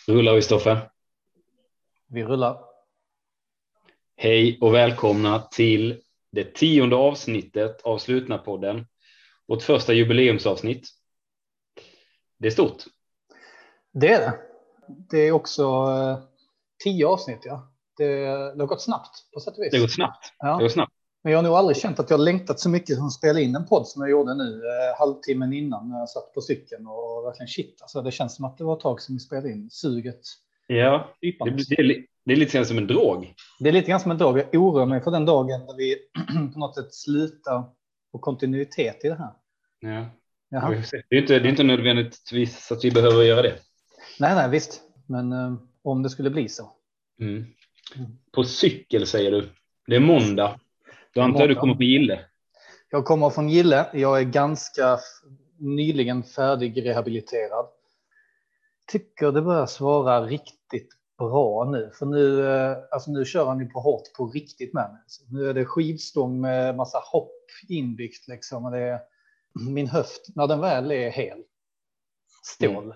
Rullar vi, Stoffe? Vi rullar. Hej och välkomna till det 10:e avsnittet av Slutna-podden. Vårt första jubileumsavsnitt. Det är stort. Det är det. Det är också 10 avsnitt, ja. Det har gått snabbt på sätt och vis. Det går snabbt. Ja. Det går snabbt. Men jag har nog aldrig känt att jag längtat så mycket som att spela in en podd som jag gjorde nu halvtimmen innan när jag satt på cykeln och verkligen shit. Alltså, det känns som att det var ett tag som vi spelade in suget. Ja, det är lite grann som en drog. Det är lite grann som en drog. Jag oroar mig för den dagen där vi på något sätt slutar på kontinuitet i det här. Ja. Jaha. Det är inte nödvändigtvis att vi behöver göra det. Nej, visst. Men om det skulle bli så. På cykel säger du. Det är måndag. Då antar jag du kommer på Gille. Jag kommer från Gille. Jag är ganska nyligen färdig rehabiliterad. Tycker det börjar svara riktigt bra nu. För nu kör han ju på hårt på riktigt med mig. Nu är det skivstång med massa hopp inbyggt liksom. Och det är min höft, när den väl är hel. Stål.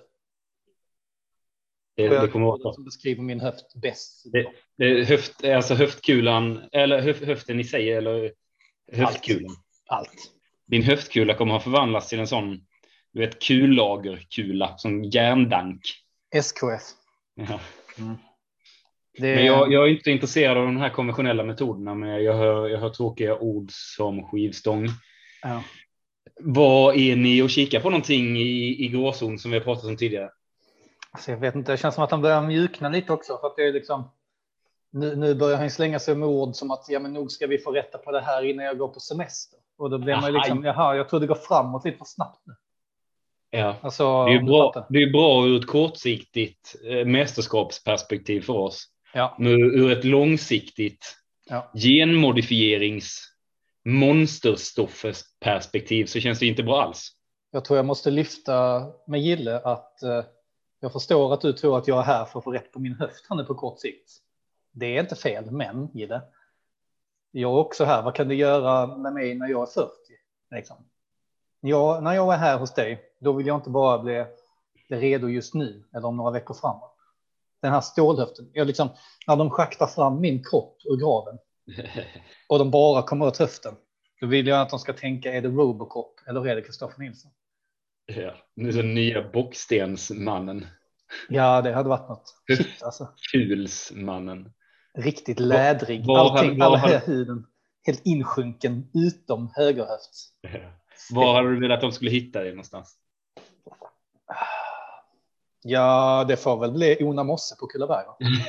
Det kommer att vara som beskriver min höft bäst. Det är alltså höftkulan, eller höften i sig, eller höftkulan. Allt. Din höftkula kommer att förvandlas till en sån, du vet, kullagerkula, som järndank. SKF. Ja. Men jag är inte intresserad av de här konventionella metoderna, men jag hör tråkiga ord som skivstång. Ja. Vad är ni och kika på någonting i gråzon som vi har pratat om tidigare? Alltså jag vet inte, det känns som att han börjar mjukna lite också. För att det är liksom, nu börjar han slänga sig med ord som att men nog ska vi få rätta på det här innan jag går på semester. Och då blir man ju liksom, jag tror det går framåt lite för snabbt nu. Ja, alltså, det är bra ur ett kortsiktigt mästerskapsperspektiv för oss. Ja. Men ur ett långsiktigt genmodifierings monsterstoffesperspektiv så känns det inte bra alls. Jag tror jag måste lyfta med Gille att jag förstår att du tror att jag är här för att få rätt på min höft här nu på kort sikt. Det är inte fel, men Gille, jag är också här. Vad kan du göra med mig när jag är 40? Liksom. När jag är här hos dig, då vill jag inte bara bli redo just nu eller om några veckor framåt. Den här stålhöften, när de schaktar fram min kropp ur graven och de bara kommer åt höften, då vill jag att de ska tänka, är det Robocop eller är det Kristoffer Nilsson? Ja, nu är den nya bockstensmannen. Ja, det hade varit något. Shit, alltså. Kulsmannen. Riktigt lädrig. Alla huden helt insjunken utom högerhöft. Ja. Var hade du velat att de skulle hitta dig någonstans? Ja, det får väl bli Ona Mosse på Kullaberg.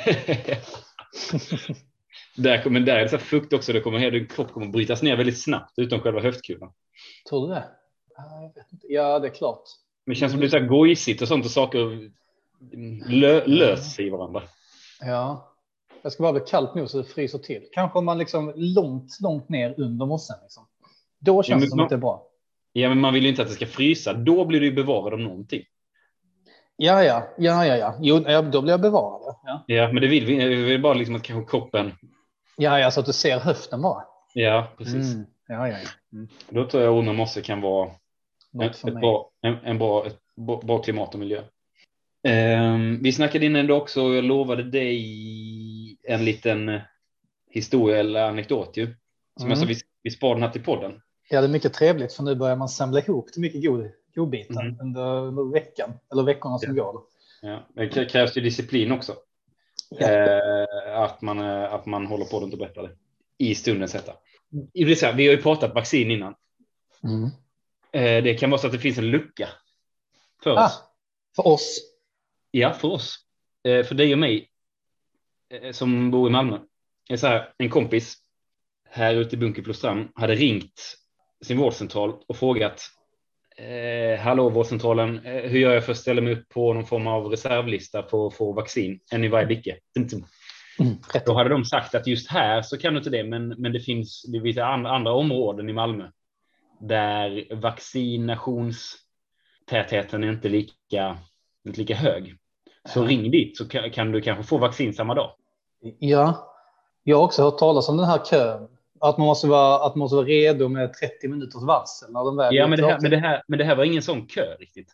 Men där är det så fukt också. Din kropp kommer att brytas ner väldigt snabbt utom själva höftkulan. Tror du det? Jag vet inte. Ja, det är klart. Men det känns som det är så här gojsigt och sånt och saker löser sig i varandra. Ja. Jag ska bara bli kallt nu så det fryser till. Kanske om man liksom långt ner under mossen. Liksom. Då känns det som att det är bra. Ja, men man vill ju inte att det ska frysa. Då blir det ju bevarad om någonting. Ja. Jo, då blir jag bevarad. Ja, men det vill vi. Vi vill bara liksom att kanske kroppen... Ja, så att du ser höften bara. Ja, precis. Ja. Då tror jag Ona Mosse kan vara ett bra klimat och miljö. Vi snackade innan då också, och jag lovade dig en liten historia eller anekdot ju. Som jag sa, vi sparar den här till podden. Ja, det är mycket trevligt för nu börjar man samla ihop till mycket godbitar under veckan, eller veckorna som går. Ja, det krävs ju disciplin också. Ja. Att man håller på att berätta det i stundens hetta. Vi har ju pratat vaccin innan. Det kan vara så att det finns en lucka för oss. För oss? Ja, för oss. För dig och mig som bor i Malmö. Det är så här, en kompis här ute i Bunkeflostrand hade ringt sin vårdcentral och frågat hallå vårdcentralen, hur gör jag för att ställa mig upp på någon form av reservlista för att få vaccin? En i varje bicke. Då hade de sagt att just här så kan du inte det, men det finns andra områden i Malmö där vaccinationstätheten är inte lika hög. Så ring dit så kan du kanske få vaccin samma dag. Ja, jag har också hört talas om den här kön. Att man måste vara redo med 30 minuters varsel. När de väl men det här var ingen sån kö riktigt.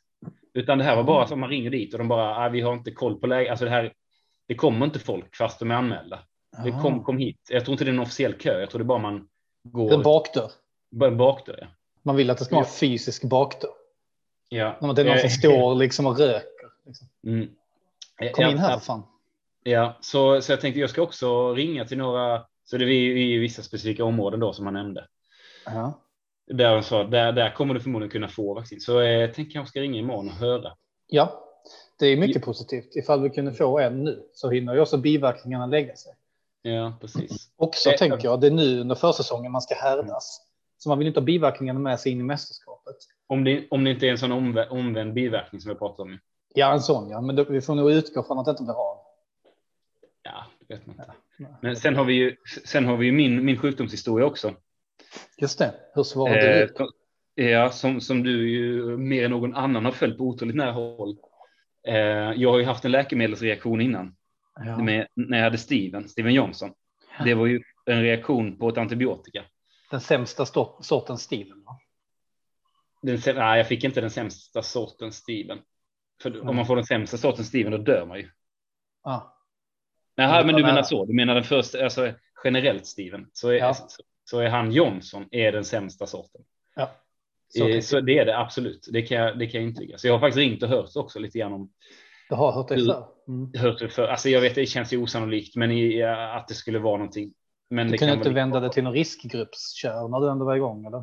Utan det här var bara som man ringer dit och de bara, vi har inte koll på läget. Alltså det kommer inte folk fast de är anmälda. Det kom hit. Jag tror inte det är en officiell kö. Jag tror det är bara man går... En bakdörr. En bakdörr, ja. Man vill att det ska vara en fysisk bakdörr. Ja. När det är någon som står liksom och röker. Liksom. Kom in här för fan. Ja, så jag tänkte jag ska också ringa till några... Så det är i vissa specifika områden då som man nämnde. Ja. Där kommer du förmodligen kunna få vaccin. Så jag tänker jag ska ringa imorgon och höra. Ja, det är mycket positivt. Ifall vi kunde få en nu så hinner ju också biverkningarna lägga sig. Ja, precis. Också tänker jag, det är nu under försäsongen man ska härdas. Så man vill inte ha biverkningarna med sig in i mästerskapet. Om det inte är en sån omvänd biverkning som vi pratar om. Ja, en sån, ja. Men vi får nog utgå från att det inte blir av. Ja, det vet man inte. Ja. Men sen har vi ju min sjukdomshistoria också. Just det. Hur svarar du? Ja, som du ju mer än någon annan har följt på otroligt nära håll. Jag har ju haft en läkemedelsreaktion innan. Ja. När jag hade Steven Johnson. Ja. Det var ju en reaktion på ett antibiotika. Den sämsta sortens Steven, va? Nej, jag fick inte den sämsta sortens Steven. För om man får den sämsta sortens Steven, då dör man ju. Ja. Nej, men du menar så. Du menar den första, alltså generellt Steven. Så är han Johnson är den sämsta sorten. Ja. Så det är det absolut. Det kan jag intyga. Så jag har faktiskt ringt och hört också lite grann om. Du har hört det för? Hört det för. Alltså jag vet, det känns ju osannolikt, men att det skulle vara någonting. Men du det kan inte vända det till någon riskgruppskör när du ändå var igång, eller?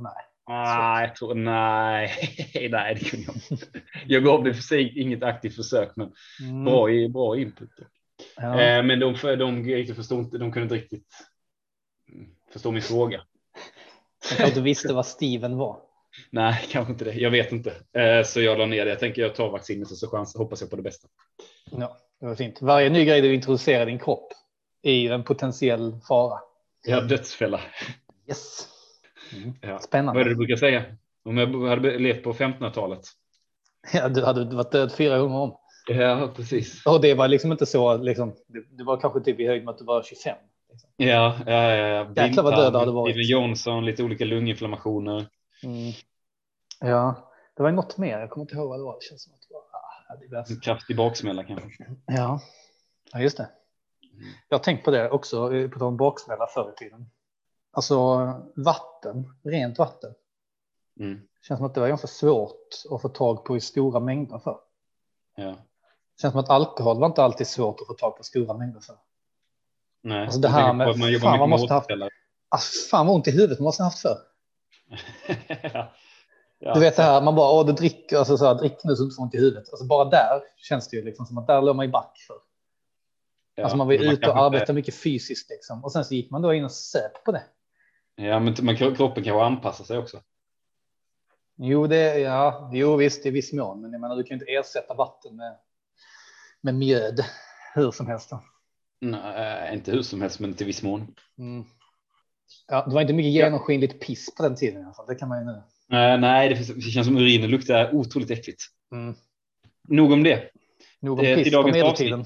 Nej, det kunde jag inte. Jag gav det för sig inget aktivt försök, men bra input. Ja. Men de förstod inte, de kunde inte riktigt förstå min fråga. Jag tror du visste vad Steven var. Nej, kanske inte det. Jag vet inte. Så jag la ner det. Jag tänker jag tar vaccinet och så hoppas jag på det bästa. Ja, det var fint. Varje ny grej du introducerar din kropp är en potentiell fara. Ja, dödsfälla. Yes. Ja. Spännande. Vad är det du brukar säga? Om jag hade levt på 1500-talet. Ja, du hade varit död 400 om. Ja, precis. Och det var liksom inte så, liksom, det var kanske typ i höjd med att du var 25. Liksom. Ja. Jäklar vad död hade varit. Steven Johnson, lite olika lunginflammationer. Ja, det var något mer. Jag kommer inte ihåg vad det var. Det känns som att det var en kraftig baksmälla kanske. Ja, just det. Jag har tänkt på det också, på de baksmälla förr i tiden. Alltså rent vatten. Känns som att det var ganska svårt att få tag på i stora mängder för. Ja. Känns som att alkohol var inte alltid svårt att få tag på stora mängder för. Nej. Alltså det här med man måste haft. Fan vad ont i huvudet man måste ha haft för. Ja, du vet det här, man bara, du dricker, alltså så här, drick nu så inte får ont i huvudet. Alltså bara där känns det ju liksom som att där låg man i back för. Ja, alltså man var ute och arbetade mycket fysiskt liksom. Och sen så gick man då in och söp på det. Ja, men kroppen kan ju anpassa sig också. Jo visst i viss mån. Men jag menar, du kan inte ersätta vatten med mjöd hur som helst då. Nej, inte hur som helst, men till viss mån. Ja, det var inte mycket genomskinligt piss på den tiden i alla fall. Det kan man ju nu. Nej, det känns som urinen luktar otroligt äckligt. Nog om det. Nog om piss på medeltiden.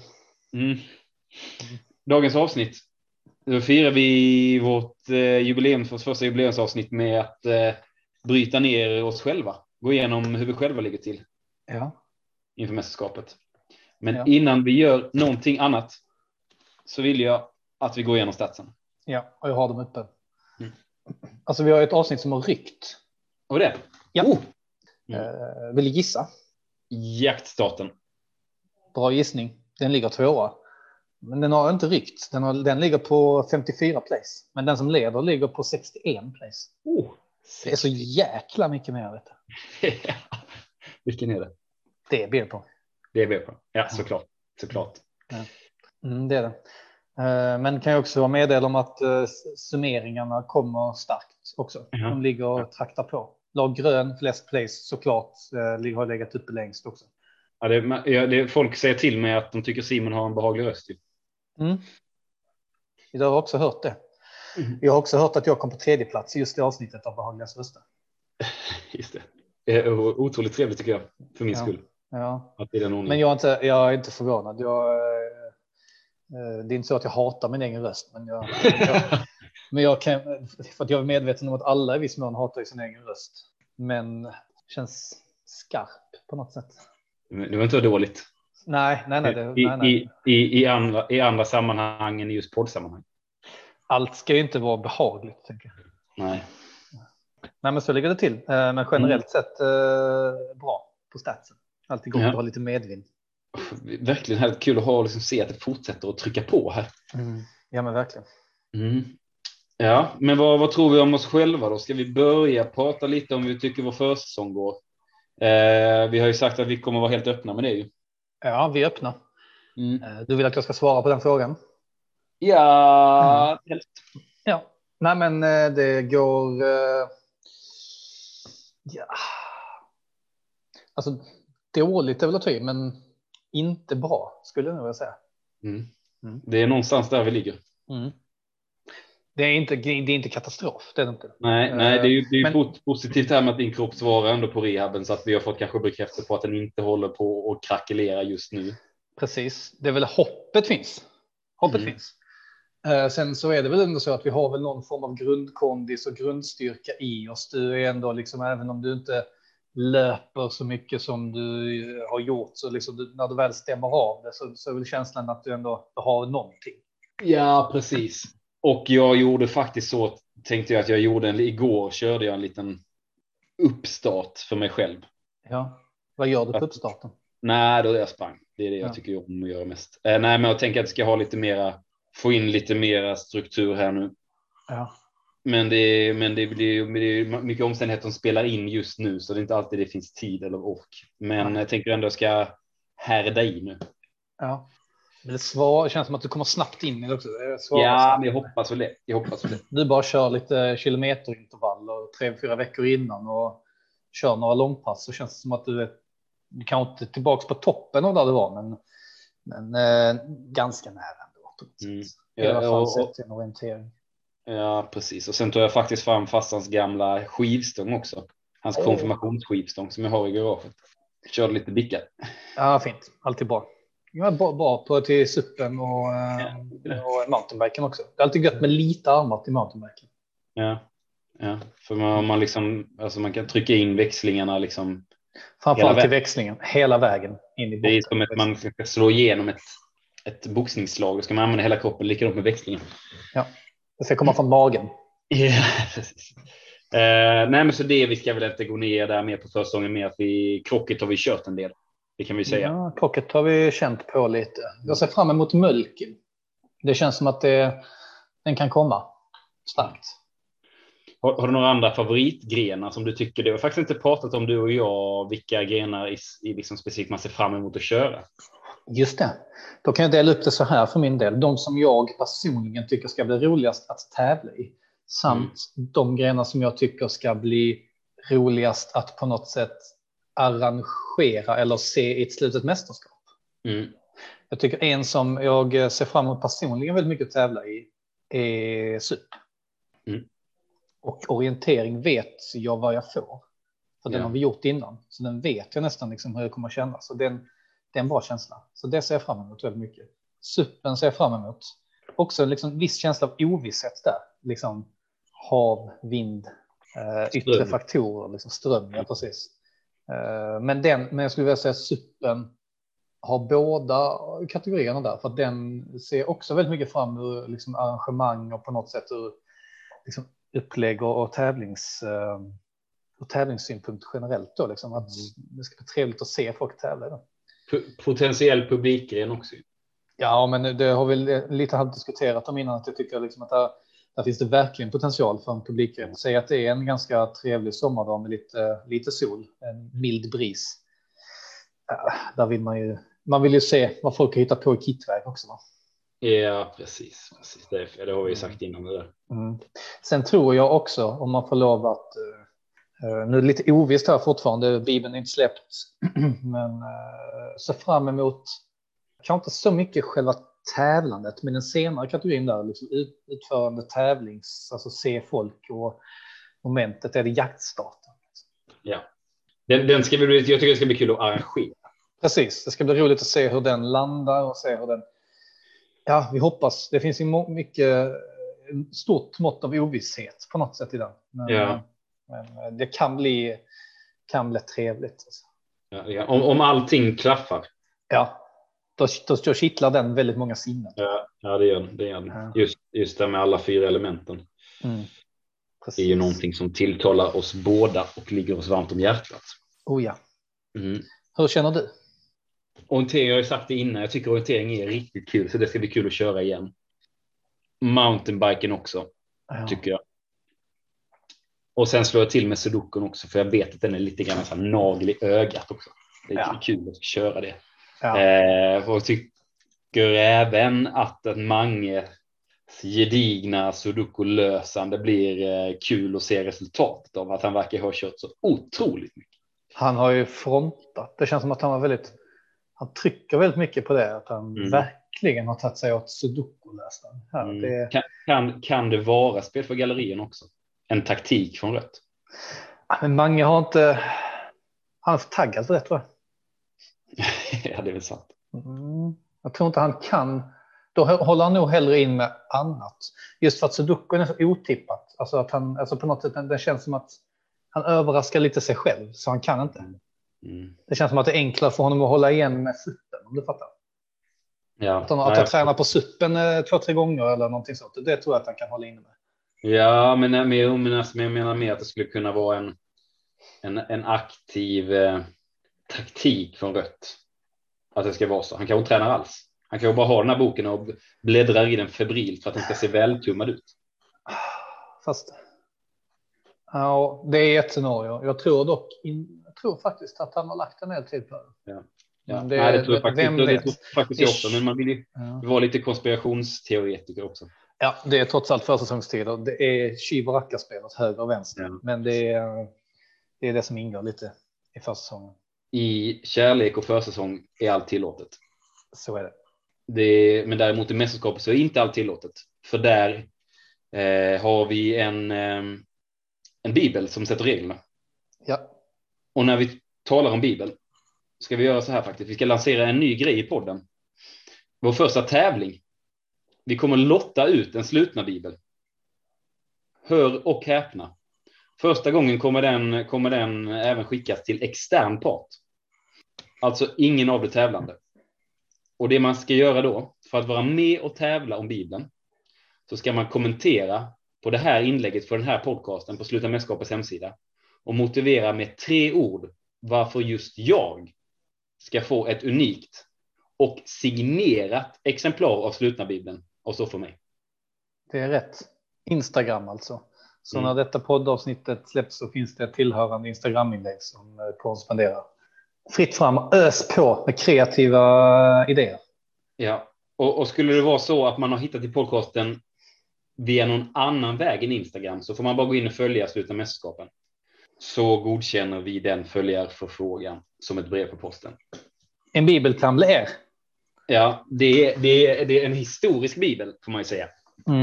Dagens avsnitt. Då firar vi vårt första jubileumsavsnitt med att bryta ner oss själva. Gå igenom hur vi själva ligger till. Ja. Inför mästerskapet. Men innan vi gör någonting annat så vill jag att vi går igenom statsen. Ja, och jag har dem uppe. Alltså vi har ett avsnitt som har ryckt. Och det? Ja. Vill du gissa? Jaktstarten. Bra gissning. Den ligger 2:a. Men den har inte ryckt. Den ligger på 54 place. Men den som leder ligger på 61 place. Det är så jäkla mycket mer, vet du. Vilken är det? Det är B-på. Det är B-på. Ja, såklart. Ja. Det är det. Men kan jag också meddela om att summeringarna kommer starkt också. De ligger och traktar på. Lag grön, flest place såklart har legat uppe längst också. Ja, folk säger till mig att de tycker Simon har en behaglig röst. Jag har också hört det. Jag har också hört att jag kom på 3:e plats i just det avsnittet av behagligaste röster. Just det. Det är otroligt trevligt tycker jag, för min skull. Ja. Men jag är inte förvånad. Det är inte så att jag hatar min egen röst, men jag kan, för att jag är medveten om att alla i viss mån hatar sin egen röst, men känns skarp på något sätt. Det var inte dåligt. Nej. I andra sammanhang än i just poddsammanhang. Allt ska ju inte vara behagligt, tänker jag. Nej. Nej, men så ligger det till. Men generellt sett bra på statsen. Alltid gott att ha lite medvind. Verkligen helt kul att ha liksom, se att det fortsätter att trycka på här. Ja, men verkligen. Ja, men vad tror vi om oss själva då? Ska vi börja prata lite om hur vi tycker vår försäsong går? Vi har ju sagt att vi kommer vara helt öppna med det ju. Ja, vi är öppna. Du vill att jag ska svara på den frågan? Ja, helst. Ja. Nej, men det går... ja. Alltså, dåligt är väl att ta i, men inte bra, skulle jag nog vilja säga. Det är någonstans där vi ligger. Det är inte katastrof, det är det inte. Nej, det är ju positivt här med att din kropp svarar ändå på rehaben, så att vi har fått kanske bekräfta på att den inte håller på att krackelera just nu. Precis, det är väl hoppet finns. Finns. Sen så är det väl ändå så att vi har väl någon form av grundkondis och grundstyrka i oss. Du är ändå liksom, även om du inte löper så mycket som du har gjort, så liksom när du väl stämmer av det så är väl känslan att du ändå har någonting. Ja, precis. Och jag gjorde faktiskt så, tänkte jag att jag gjorde igår körde jag en liten uppstart för mig själv. Ja, vad gör du på uppstarten? Nej, då är jag sprang. Det är det jag tycker om att göra mest. Nej, men jag tänker att jag ska ha lite mera, få in lite mera struktur här nu. Ja. Men det blir mycket omständigheter som spelar in just nu, så det är inte alltid det finns tid eller ork. Men jag tänker ändå att jag ska härda i nu. Ja. Det känns som att du kommer snabbt in i det också. Ja, men jag hoppas väl det. Du bara kör lite kilometerintervaller 3-4 veckor innan och kör några långpass, så känns det som att du kanske inte tillbaka på toppen av där du var, men ganska nära ändå. I alla fall sett en orientering. Ja, precis. Och sen tog jag faktiskt fram fastans gamla skivstång också. Hans konfirmationsskivstång som jag har i garaget. Körde lite bickar. Ja, fint. Alltid bra. Jag är bra på till suppen och mountainbiken också. Det är alltid gött med lite armar till mountainbiken. Ja. För man liksom, alltså man kan trycka in växlingarna liksom. Framförallt till växlingen, hela vägen in i botten. Det är som att man ska slå igenom ett boxningsslag. Då ska man använda hela kroppen, likadant med växlingen. Ja, det ska komma från magen. Ja, precis. Nej, men så det, vi ska väl inte gå ner där mer på försäsongen, mer att krocket har vi kört en del. Det kan vi säga. Ja, krocket har vi känt på lite. Jag ser fram emot mölken. Det känns som att den kan komma starkt. Har du några andra favoritgrenar som du tycker? Det har faktiskt inte pratat om, du och jag, vilka grenar i liksom specifikt man ser fram emot att köra. Just det. Då kan jag dela upp det så här för min del. De som jag personligen tycker ska bli roligast att tävla i. Samt de grenar som jag tycker ska bli roligast att på något sätt arrangera eller se i ett slutet mästerskap. Jag tycker en som jag ser fram emot personligen väldigt mycket att tävla i är SUP. Och orientering vet jag vad jag får. För den har vi gjort innan. Så den vet jag nästan liksom hur det kommer att kännas. Så det är en bra känsla. Så det ser jag fram emot väldigt mycket. SUPen ser jag fram emot. Också liksom viss känsla av ovisshet där. Liksom hav, vind, yttre faktorer, liksom ström. Ja, precis. Men jag skulle vilja säga att SUPen har båda kategorierna där. För att den ser också väldigt mycket fram ur liksom arrangemang och på något sätt ur liksom upplägg och tävlingssynpunkt generellt då, liksom att det ska bli trevligt att se folk tävla då. Potentiell publikgren också. Ja, men det har vi lite halvt diskuterat om innan, att jag tycker liksom att där finns det verkligen potential för en publikgren. Säg att det är en ganska trevlig sommardag med lite sol, en mild bris. Där vill man vill ju se vad folk har hittat på i kitväg också, va? Ja, precis. Det har vi ju sagt innan det där. Sen tror jag också, om man får lov att nu är det lite ovisst här fortfarande, Bibeln är inte släppt, men så fram emot kanske inte så mycket själva tävlandet, men den senare kategorin där, liksom utförande tävlings, alltså se folk, och momentet är det jaktstarten. Ja, den ska jag tycker det ska bli kul att arrangera. Precis, det ska bli roligt att se hur den landar och se hur den, ja, vi hoppas, det finns ju mycket, stort mått av ovisshet på något sätt i den. Men det kan bli trevligt. Alltså. Ja. Om allting klaffar. Ja, då kittlar den väldigt många sinnen. Ja, det gör den. Ja. Just det med alla 4 elementen. Det är ju någonting som tilltalar oss båda och ligger oss varmt om hjärtat. Oh ja. Hur känner du? Orientering, jag har ju sagt det innan. Jag tycker orientering är riktigt kul. Så det ska bli kul att köra igen. Mountainbiken också. Tycker jag. Och sen slår jag till med Sudokun också. För jag vet att den är lite grann så här nagel i ögat också. Det är kul att köra det. Ja. Och jag tycker även att Mange gedigna Sudoku-lösande blir kul att se resultatet av. Att han verkar ha kört så otroligt mycket. Han har ju frontat. Det känns som att han trycker väldigt mycket på det. Att han verkligen har tagit sig åt Sudoku-lösaren. Kan det vara spel för gallerien också? En taktik från rött? Men Mange har inte... Han är för taggad för det, tror jag. Ja, det är väl sant. Jag tror inte han kan. Då håller han nog hellre in med annat. Just för att Sudoku är så otippat. Alltså att han, på något sätt, det känns som att han överraskar lite sig själv. Så han kan inte. Det känns som att det är enklare för honom att hålla igen med suppen, om du fattar. Ja. Att han tränar på suppen 2-3 gånger eller någonting sånt. Det tror jag att han kan hålla inne med. Ja, men jag menar mer att det skulle kunna vara en aktiv taktik från rött. Att det ska vara så. Han kan inte träna alls. Han kan ju bara ha den här boken och bläddra i den febrilt för att den ska se vältummad ut. Fast ja, det är ett scenario. Jag tror faktiskt att han har lagt en hel tid på det. Ja. Det tror faktiskt jag också. Men man vill ju vara lite konspirationsteoretiker också. Ja, det är trots allt försäsongstider. Det är tjuv och rackarspel åt höger och vänster. Ja. Men det är det som ingår lite i försäsongen. I kärlek och försäsong är allt tillåtet. Så är det. Men däremot i mästerskapet så är inte allt tillåtet. För där har vi en bibel som sätter reglerna. Ja. Och när vi talar om bibel ska vi göra så här faktiskt. Vi ska lansera en ny grej i podden. Vår första tävling. Vi kommer lotta ut en slutna bibel. Hör och häpna. Första gången kommer den även skickas till extern part. Alltså ingen av de tävlande. Och det man ska göra då, för att vara med och tävla om Bibeln, så ska man kommentera på det här inlägget för den här podcasten på Sluta Mästerskapets hemsida och motivera med 3 ord varför just jag ska få ett unikt och signerat exemplar av slutna Bibeln och så för mig. Det är rätt. Instagram alltså. Så när detta poddavsnittet släpps så finns det ett tillhörande Instagram-inlägg som korresponderar. Fritt fram, ös på med kreativa idéer. Ja, och skulle det vara så att man har hittat i podcasten via någon annan väg än Instagram så får man bara gå in och följa Sluta Mästerskapen. Så godkänner vi den följarförfrågan som ett brev på posten. En bibel kan bli er. Ja, det är en historisk bibel får man ju säga.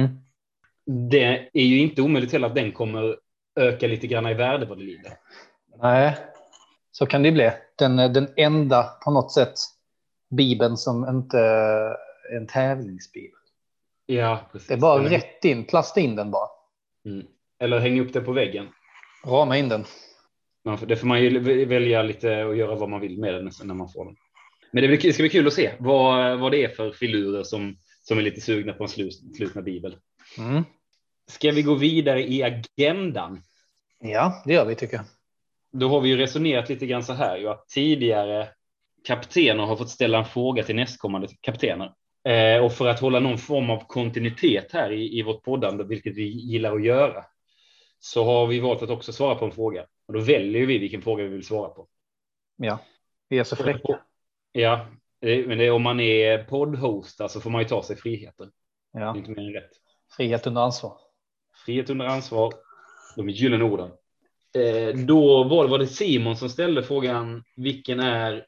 Det är ju inte omöjligt heller att den kommer öka lite grann i värde vad det lider. Nej, så kan det bli. Den enda på något sätt Bibeln som inte är en tävlingsbibel. Ja, precis. Det är bara rätt in, plasta in den bara. Eller hänga upp den på väggen. Rama in den. Det får man ju välja lite och göra vad man vill med den när man får den. Men det ska bli kul att se vad det är för filurer som är lite sugna på en slutna bibel. Ska vi gå vidare i agendan? Ja, det gör vi tycker jag. Då har vi ju resonerat lite grann så här ju att tidigare kaptener har fått ställa en fråga till nästkommande kaptener. Och för att hålla någon form av kontinuitet här i vårt poddande, vilket vi gillar att göra, så har vi valt att också svara på en fråga. Och då väljer vi vilken fråga vi vill svara på. Ja, vi är så fräcka. Ja, men om man är poddhost så får man ju ta sig friheter. Ja. Det är inte mer än rätt. Frihet under ansvar. Frihet under ansvar. De är gyllene orden. Då var det Simon som ställde frågan vilken är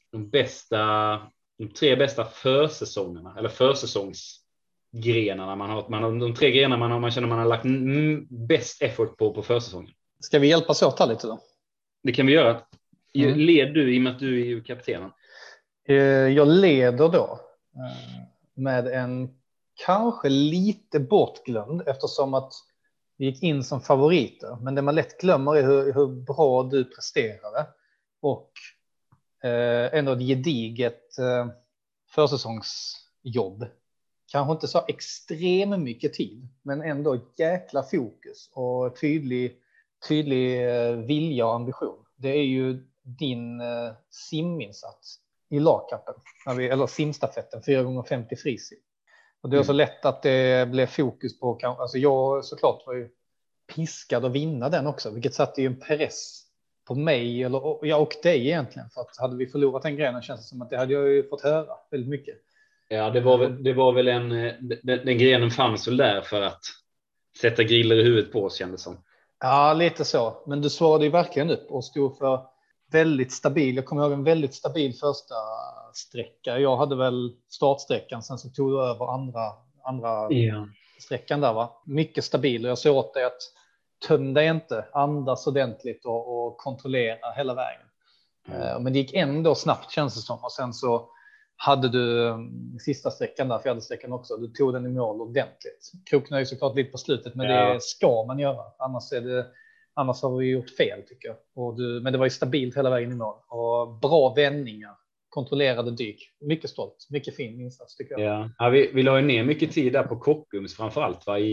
de 3 bästa försäsongerna eller försäsongsgrenarna man har de 3 grenarna man känner man har lagt bäst effort på försäsongen. Ska vi hjälpas åt här lite då? Det kan vi göra. Led du i och med att du är ju kaptenen? Jag leder då med en kanske lite bortglömd eftersom att vi gick in som favoriter. Men det man lätt glömmer är hur bra du presterade. Och ändå ett gediget försäsongsjobb. Kanske inte så extremt mycket tid, men ändå jäkla fokus och tydlig vilja och ambition. Det är ju din siminsats i lagkappen, eller simstafetten 4x50 frisim. Och det är så lätt att det blev fokus på, alltså jag såklart var ju piskad att vinna den också, vilket satte ju en press på mig eller jag och dig egentligen, för att hade vi förlorat den grenen känns det som att det hade jag ju fått höra väldigt mycket. Ja, det var väl den grenen fanns väl där för att sätta griller i huvudet på oss, kändes som. Ja, lite så. Men du svarade ju verkligen upp och stod för väldigt stabil. Jag kommer ihåg en väldigt stabil första sträcka. Jag hade väl startsträckan, sen så tog jag över andra sträckan där, va? Mycket stabil, och jag såg åt dig att töm dig inte, andas ordentligt och kontrollera hela vägen. Men det gick ändå snabbt, känns det som. Och sen så hade du sista sträckan där, fjärde sträckan också. Du tog den i mål ordentligt. Kroknade ju såklart lite på slutet, men det ska man göra. Annars har vi gjort fel, tycker jag. Men det var ju stabilt hela vägen i mål. Och bra vändningar, kontrollerade dyk. Mycket stolt, mycket fin insats, tycker jag. Ja, vi la ju ner mycket tid där på Kockums framförallt, va?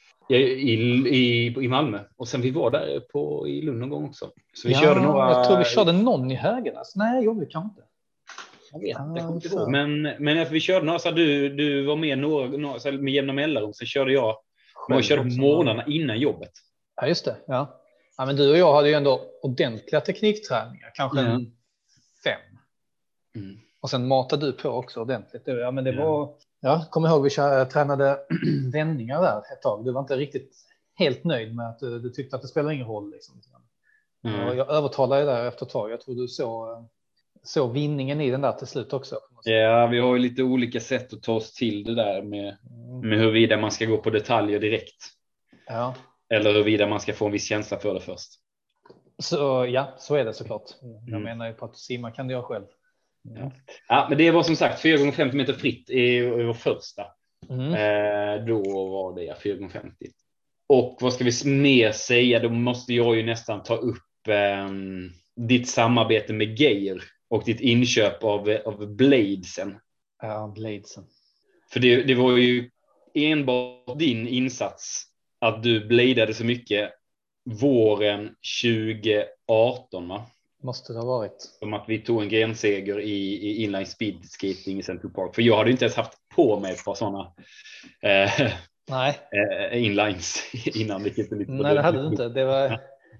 I Malmö. Och sen vi var där i Lund någon gång också. Så vi körde några... Jag tror vi körde någon i Höganäs. Nej, det kan inte. Jag vet inte, jag kommer inte ihåg. Men vi körde några, så du var med några så med jämna mellanrum. Sen körde jag körde månaderna innan jobbet. Ja, just det. Ja, men du och jag hade ju ändå ordentliga teknikträningar. Kanske 5. Och sen matade du på också ordentligt. Ja, men det var... Ja, kommer ihåg vi tränade vändningar där ett tag. Du var inte riktigt helt nöjd med att du tyckte att det spelar ingen roll. Liksom. Och jag övertalade där efter ett tag. Jag tror du så vinningen i den där till slut också. Ja, vi har ju lite olika sätt att ta oss till det där med huruvida man ska gå på detaljer direkt. Ja. Eller huruvida man ska få en viss känsla för det först. Så är det såklart. Jag menar ju på att simma kan du göra själv. Ja, men det var som sagt 4x50 meter fritt i vår första. Då var det 4x50. Och vad ska vi mer säga? Då måste jag ju nästan ta upp ditt samarbete med Geir och ditt inköp av Bladesen. Ja, Bladesen. För det var ju enbart din insats att du bladade så mycket våren 2018, va? Måste det ha varit. Som att vi tog en grenseger i inline speed skating i Central Park. För jag hade inte ens haft på mig ett par sådana inlines innan. Nej, det hade du inte. Det var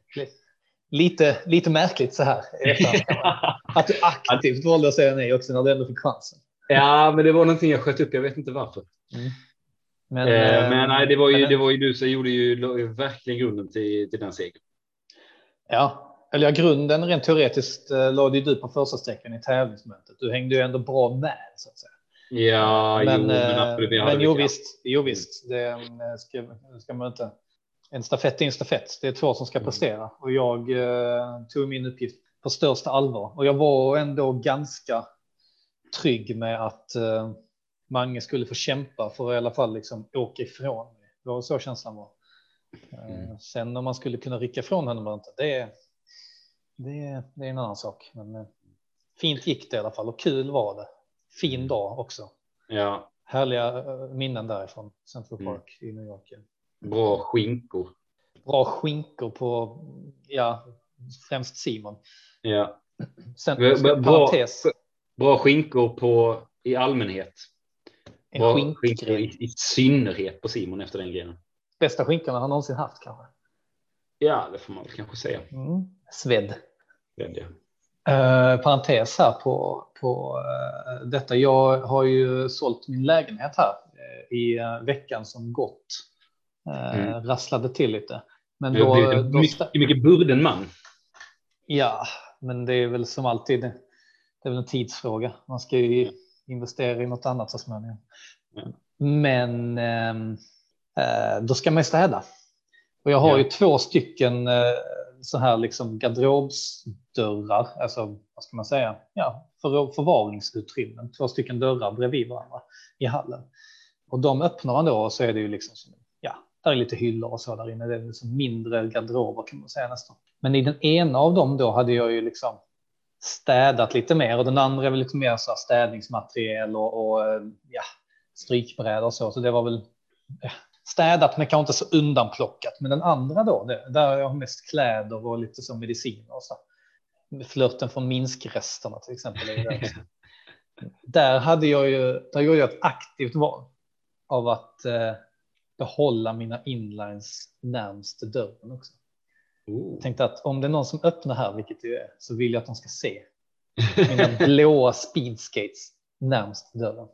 lite märkligt så här. Att du aktivt valde att säga nej också när du ändå fick chansen. Ja, men det var någonting jag sköt upp. Jag vet inte varför. Men nej, det var ju du som gjorde ju verkligen grunden till den segern. Ja. Eller grunden rent teoretiskt lade du på första sträckan i tävlingsmötet. Du hängde ju ändå bra med, så att säga. Ja, men jo visst. Det ska man inte. En stafett är en stafett. Det är 2 som ska prestera. Och jag tog min uppgift på största allvar. Och jag var ändå ganska trygg med att Mange skulle få kämpa för att i alla fall liksom åka ifrån mig. Det var så känslan var. Sen om man skulle kunna rycka ifrån henne eller inte, det är en annan sak. Men fint gick det i alla fall, och kul var det. Fin dag också. Ja. Härliga minnen därifrån Central Park i New York. Bra skinkor på främst Simon. Ja. Sen bra skinkor i allmänhet. Bra skinkor i synnerhet på Simon efter den grejen. Bästa skinkorna han någonsin haft kanske. Ja, det får man väl kanske säga. Svedd. Ja. Parentes här på detta. Jag har ju sålt min lägenhet här i veckan som gått. Rasslade till lite. Men då mycket burden man. Ja, men det är väl som alltid. Det är väl en tidsfråga. Man ska ju investera i något annat så småningom. Men då ska man städa. Och jag har ju 2 stycken så här liksom garderobsdörrar, alltså vad ska man säga, förvaringsutrymmen, 2 stycken dörrar bredvid varandra i hallen. Och de öppnar man då, och så är det ju liksom som, där är lite hyllor och så där inne. Det är liksom mindre garderober kan man säga nästan. Men i den ena av dem då hade jag ju liksom städat lite mer, och den andra är väl lite mer så här städningsmaterial och strykbräda och så det var väl städat men kanske inte så undanplockat. Men den andra då, där jag har mest kläder och lite som mediciner och så. Flörten från Minskresterna till exempel. Är det också. Där gjorde jag ett aktivt val av att behålla mina inlines närmast dörren också. Jag tänkte att om det är någon som öppnar här, vilket det är, så vill jag att de ska se mina blåa speedskates närmast dörren.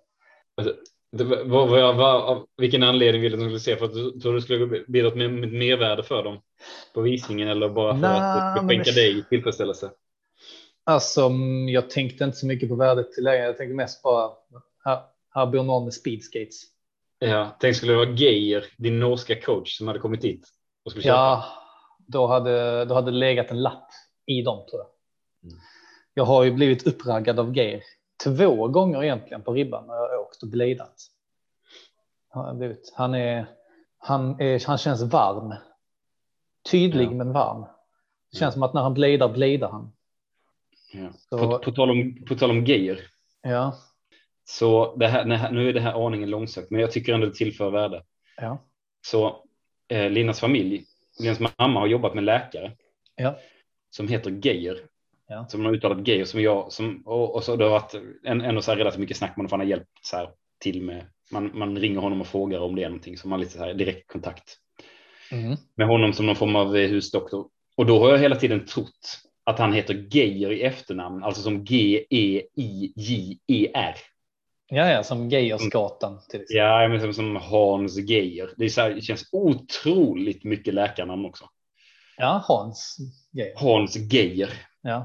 Av vilken anledning ville de skulle se? För att du tror du skulle bidra med mervärde för dem på visningen, eller bara för att det ska skänka dig tillfredsställelse? Alltså, jag tänkte inte så mycket på värdet till lägen. Jag tänkte mest bara, här bor någon med speedskates. Ja, tänk skulle det vara Geir, din norska coach, som hade kommit hit och skulle köpa. Ja, då hade det legat en lapp i dem, tror jag. Jag har ju blivit uppraggad av Geir 2 gånger egentligen på ribban när jag åkt och blidat. Han känns varm. Tydlig men varm. Det känns som att när han blidar han. Ja. På tal om Geir. Ja. Så nu är det här aningen långsökt, men jag tycker ändå det tillför värde. Ja. Så Linas familj, Linas mamma har jobbat med läkare. Ja. Som heter Geir. Ja. Som har uttalat Geir, och så det har varit ändå så här relativt mycket snack, man har hjälpt så här till med, man ringer honom och frågar om det är någonting, så man har lite så här direkt kontakt med honom som någon form av husdoktor. Och då har jag hela tiden trott att han heter Geir i efternamn, alltså som Geijer. Ja, som Geijersgatan till exempel. Ja, men som Hans Geir. Det är så här, det känns otroligt mycket läkarnamn också. Ja, Hans Geir. Ja.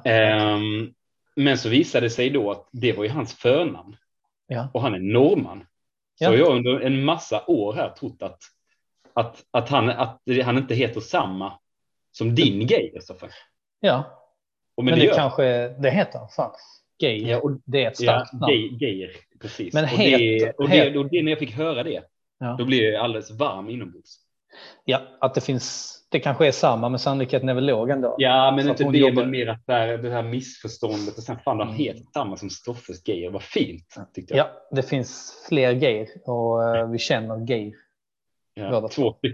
Men så visade det sig då att det var ju hans förnamn. Ja. Och han är norrman. Så jag har under en massa år här trott att han inte heter samma som din Geir. Ja. Men det kanske det heter fan. Geir. Ja, och det är ett starkt namn. Geir, precis. Men och det när jag fick höra det, då blev jag alldeles varm inombords. Ja, att det kanske är samma, men sannolikheten är väl låg ändå. Ja, men inte det är mer att det här missförståndet och sen fan de helt samma som Stoffes Geir. Vad fint, tyckte jag. Ja, det finns fler Geir och vi känner Geir. Ja,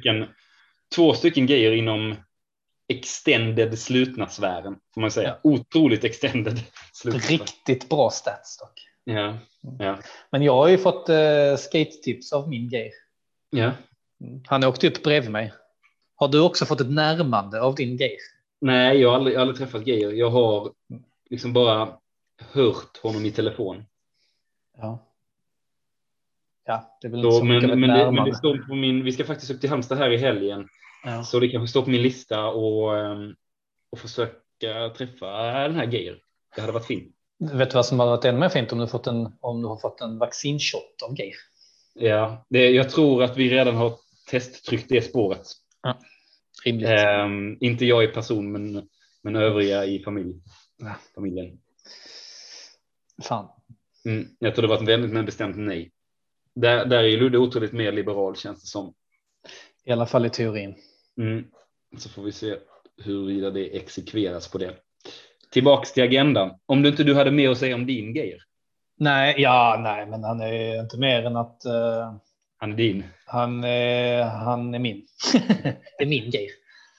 2 stycken Geir inom extended slutna sfären, får man säga. Ja. Otroligt extended slutna. Riktigt bra stats dock. Ja. Men jag har ju fått skate-tips av min Geir. Ja. Han åkte upp bredvid mig. Har du också fått ett närmande av din Geir? Nej, jag har aldrig träffat Geir. Jag har liksom bara hört honom i telefon. Ja, det är väl så, men det står på vi ska faktiskt upp till Halmstad här i helgen. Ja. Så det kanske står på min lista och försöka träffa den här Geir. Det hade varit fint. Vet du vad som hade varit ännu mer fint om du har fått en vaccinshot av Geir? Ja, jag tror att vi redan har testtryckt det spåret. Ja, rimligt. Inte jag i person, men övriga i familjen. Fan. Jag tror det var ett väldigt bestämt nej. Där är ju Ludde otroligt mer liberal, känns det som. I alla fall i teorin. Så får vi se huruvida det exekveras på det. Tillbaks till agendan. Om du hade mer att säga om din Geir. Nej, men han är inte mer än att... han är din. Han är min. Det är min Geir.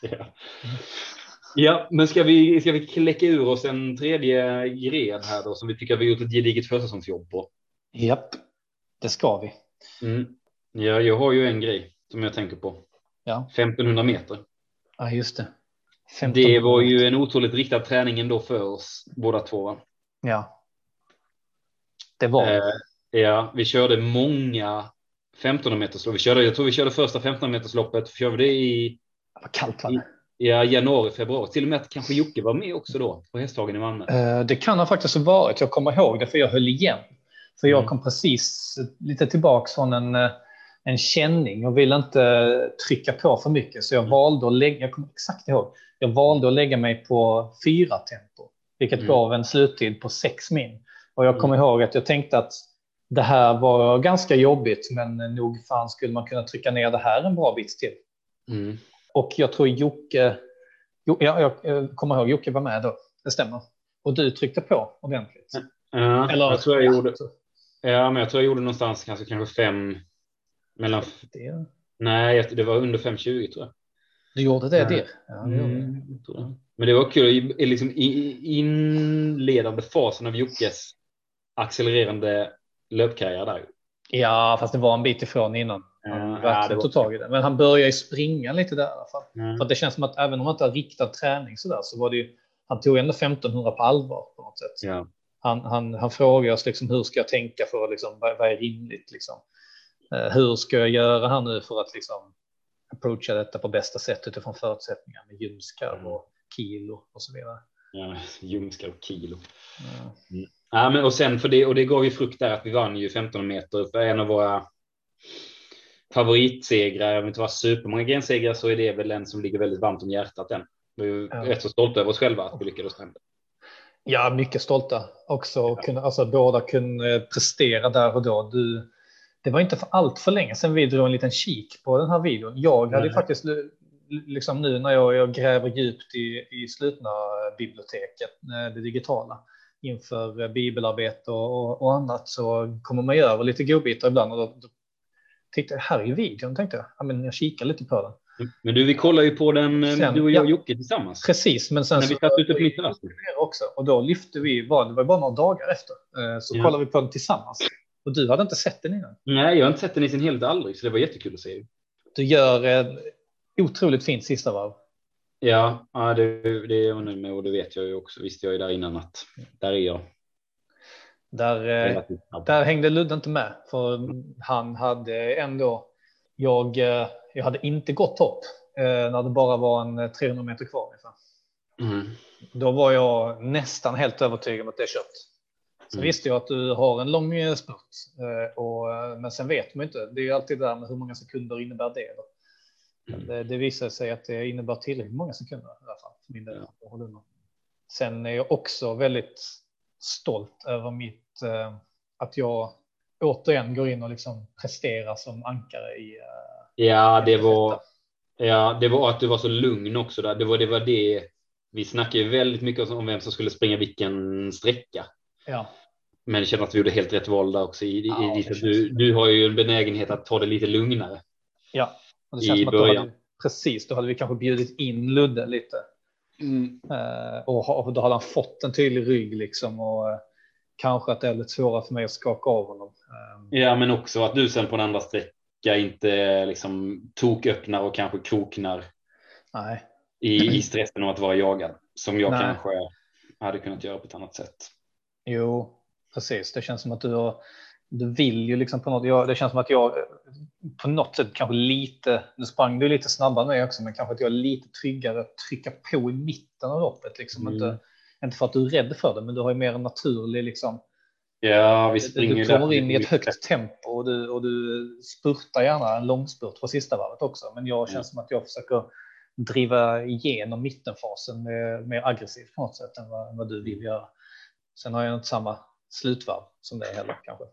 Ja, men ska vi kläcka ur oss en tredje gren här då, som vi tycker att vi gjort ett gediget försäsongsjobb på? Japp, det ska vi. Ja, jag har ju en grej som jag tänker på. Ja. 1500 meter. Ja, just det. Det var ju en otroligt riktad träning ändå för oss båda två, va? Ja. Det var ja, vi körde många 1500 meterslopp. Jag tror vi körde första 1500 metersloppet. Körde det i... Vad kallt var det? Januari, februari. Till och med att kanske Jocke var med också då på Hästhagen i Malmö. Det kan ha faktiskt varit. Jag kommer ihåg det, för jag höll igen. För jag kom precis lite tillbaka från en känning och ville inte trycka på för mycket. Så jag valde att lägga mig på 4 tempo. Vilket gav en sluttid på 6 min. Och jag kommer ihåg att jag tänkte att det här var ganska jobbigt, men nog fan skulle man kunna trycka ner det här en bra bit till. Och jag tror Jocke, jag kommer ihåg Jocke var med då, det stämmer. Och du tryckte på ordentligt. Ja, Eller, jag tror jag gjorde. Ja, men jag tror jag gjorde någonstans kanske 5 mellan. Det. Nej, det var under 5:20 tror jag. Du gjorde det Ja. där? Ja, det gjorde det. Tror jag. Men det var kul i inledande fasen av Jockes accelererande löpkarriär där. Ja, fast det var en bit ifrån innan. Han verkligen tog tag i det. Men han började ju springa lite där i alla fall. För det känns som att även om han inte har riktad träning så var det ju, han tog ändå 1500 på allvar på något sätt. Ja. Han frågar oss liksom, hur ska jag tänka för att liksom, vad är rimligt liksom? Hur ska jag göra här nu för att liksom approacha detta på bästa sätt utifrån förutsättningar med ljumskar och kilo och så vidare. Ja, ljumskar och kilo. Ja, men och sen det gav ju frukt där att vi vann ju 15 meter för en av våra favoritsegrar. Om det inte var supermånga gensegrar så är det väl en som ligger väldigt varmt om hjärtat den. Vi är ju rätt så stolta över oss själva att vi lyckades med det. Ja, mycket stolta också. Båda kunde prestera där och då. Det var inte för länge sedan vi drog en liten kik på den här videon. Jag hade faktiskt liksom nu när jag gräver djupt i slutna biblioteket, det digitala, inför bibelarbete och annat, så kommer man göra lite godbitar ibland och då tittade jag här i videon, tänkte jag, men jag kikar lite på den. Men du, vi kollar ju på den, sen, du och jag och Jocke tillsammans. Precis, men sen när vi satt ute på mitt också, och då lyfte vi, det var bara några dagar efter, så kollade vi på den tillsammans. Och du hade inte sett den innan? Nej, jag har inte sett den i sin helhet aldrig, så det var jättekul att se. Du gör en otroligt fint sista varv. Ja, det är jag nöjd med och det vet jag ju också. Visste jag ju där innan att där är jag. Där hängde Ludde inte med, för han hade ändå, jag hade inte gått hopp när det bara var en 300 meter kvar ungefär. Då var jag nästan helt övertygad om att det är kört. Sen visste jag att du har en lång spurt, men sen vet man inte. Det är ju alltid där med hur många sekunder innebär det. Det visar sig att det innebär tillräckligt många sekunder i alla fall. För min del. Sen är jag också väldigt stolt över att jag återigen går in och liksom presterar som ankare i. Det var att du var så lugn också där. Det var det. Vi snackade väldigt mycket om vem som skulle springa vilken sträcka. Ja. Men jag känner att vi gjorde helt rätt val där också. Du har ju en benägenhet att ta det lite lugnare. Ja, och det känns som att då hade vi kanske bjudit in Ludde lite. Och då hade han fått en tydlig rygg liksom, och kanske att det är lite svårare för mig att skaka av honom. Ja, men också att du sen på en andra sträcka inte liksom toköppnar och kanske kroknar. Nej. I stressen om att vara jagad, som jag kanske hade kunnat göra på ett annat sätt. Jo, precis. Det känns som att du vill ju liksom på något. Det känns som att jag på något sätt kanske lite, nu sprang du lite snabbare än mig också, men kanske att jag är lite tryggare att trycka på i mitten av loppet. Liksom. Inte för att du är rädd för det, men du har ju mer en naturlig liksom. Ja, vi springer du kommer in i ett högt tempo och du spurtar gärna en långspurt på sista varvet också. Men jag känns som att jag försöker driva igenom mittenfasen mer aggressivt på något sätt än vad du vill göra. Sen har jag inte samma slutvarv som det heller kanske.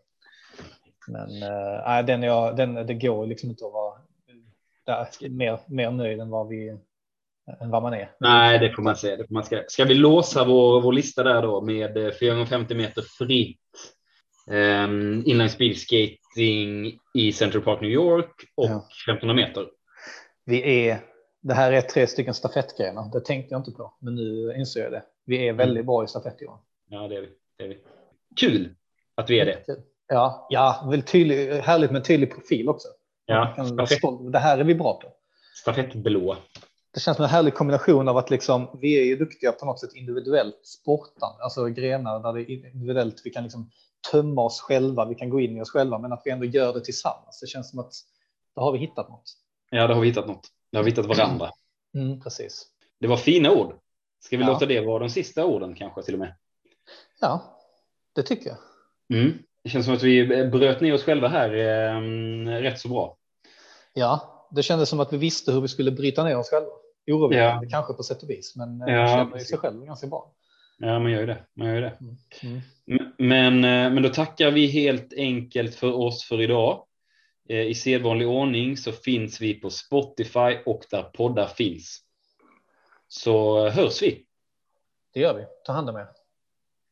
Men det går liksom inte att vara mer nöjd än vad man är. Nej, det får man säga. Ska vi låsa vår lista där då med 450 meter fritt, inline speed skating i Central Park, New York och 1500 meter. Det här är 3 stycken stafettgrenar. Det tänkte jag inte på, men nu inser jag det. Vi är väldigt bra i stafettgrenar. Ja, det är vi. Kul att vi är det. Ja, väl härligt med tydlig profil också. Ja, det här är vi bra på. Stafettblå. Det känns som en härlig kombination av att liksom, vi är ju duktiga på något sätt individuellt sportande. Alltså grenar där det är individuellt. Vi kan liksom tömma oss själva. Vi kan gå in i oss själva. Men att vi ändå gör det tillsammans. Det känns som att då har vi hittat något. Ja, då har vi hittat något. Då har vi hittat varandra. Precis. Det var fina ord. Ska vi låta det vara de sista orden kanske till och med? Ja, det tycker jag. Det känns som att vi bröt ner oss själva här rätt så bra. Ja, det kändes som att vi visste hur vi skulle bryta ner oss själva. Oroväckande kanske på sätt och vis, men man känner sig själv ganska bra. Ja, man gör ju det. Men då tackar vi helt enkelt för oss för idag. I sedvanlig ordning så finns vi på Spotify och där poddar finns. Så hörs vi. Det gör vi. Ta hand om er.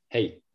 Hej!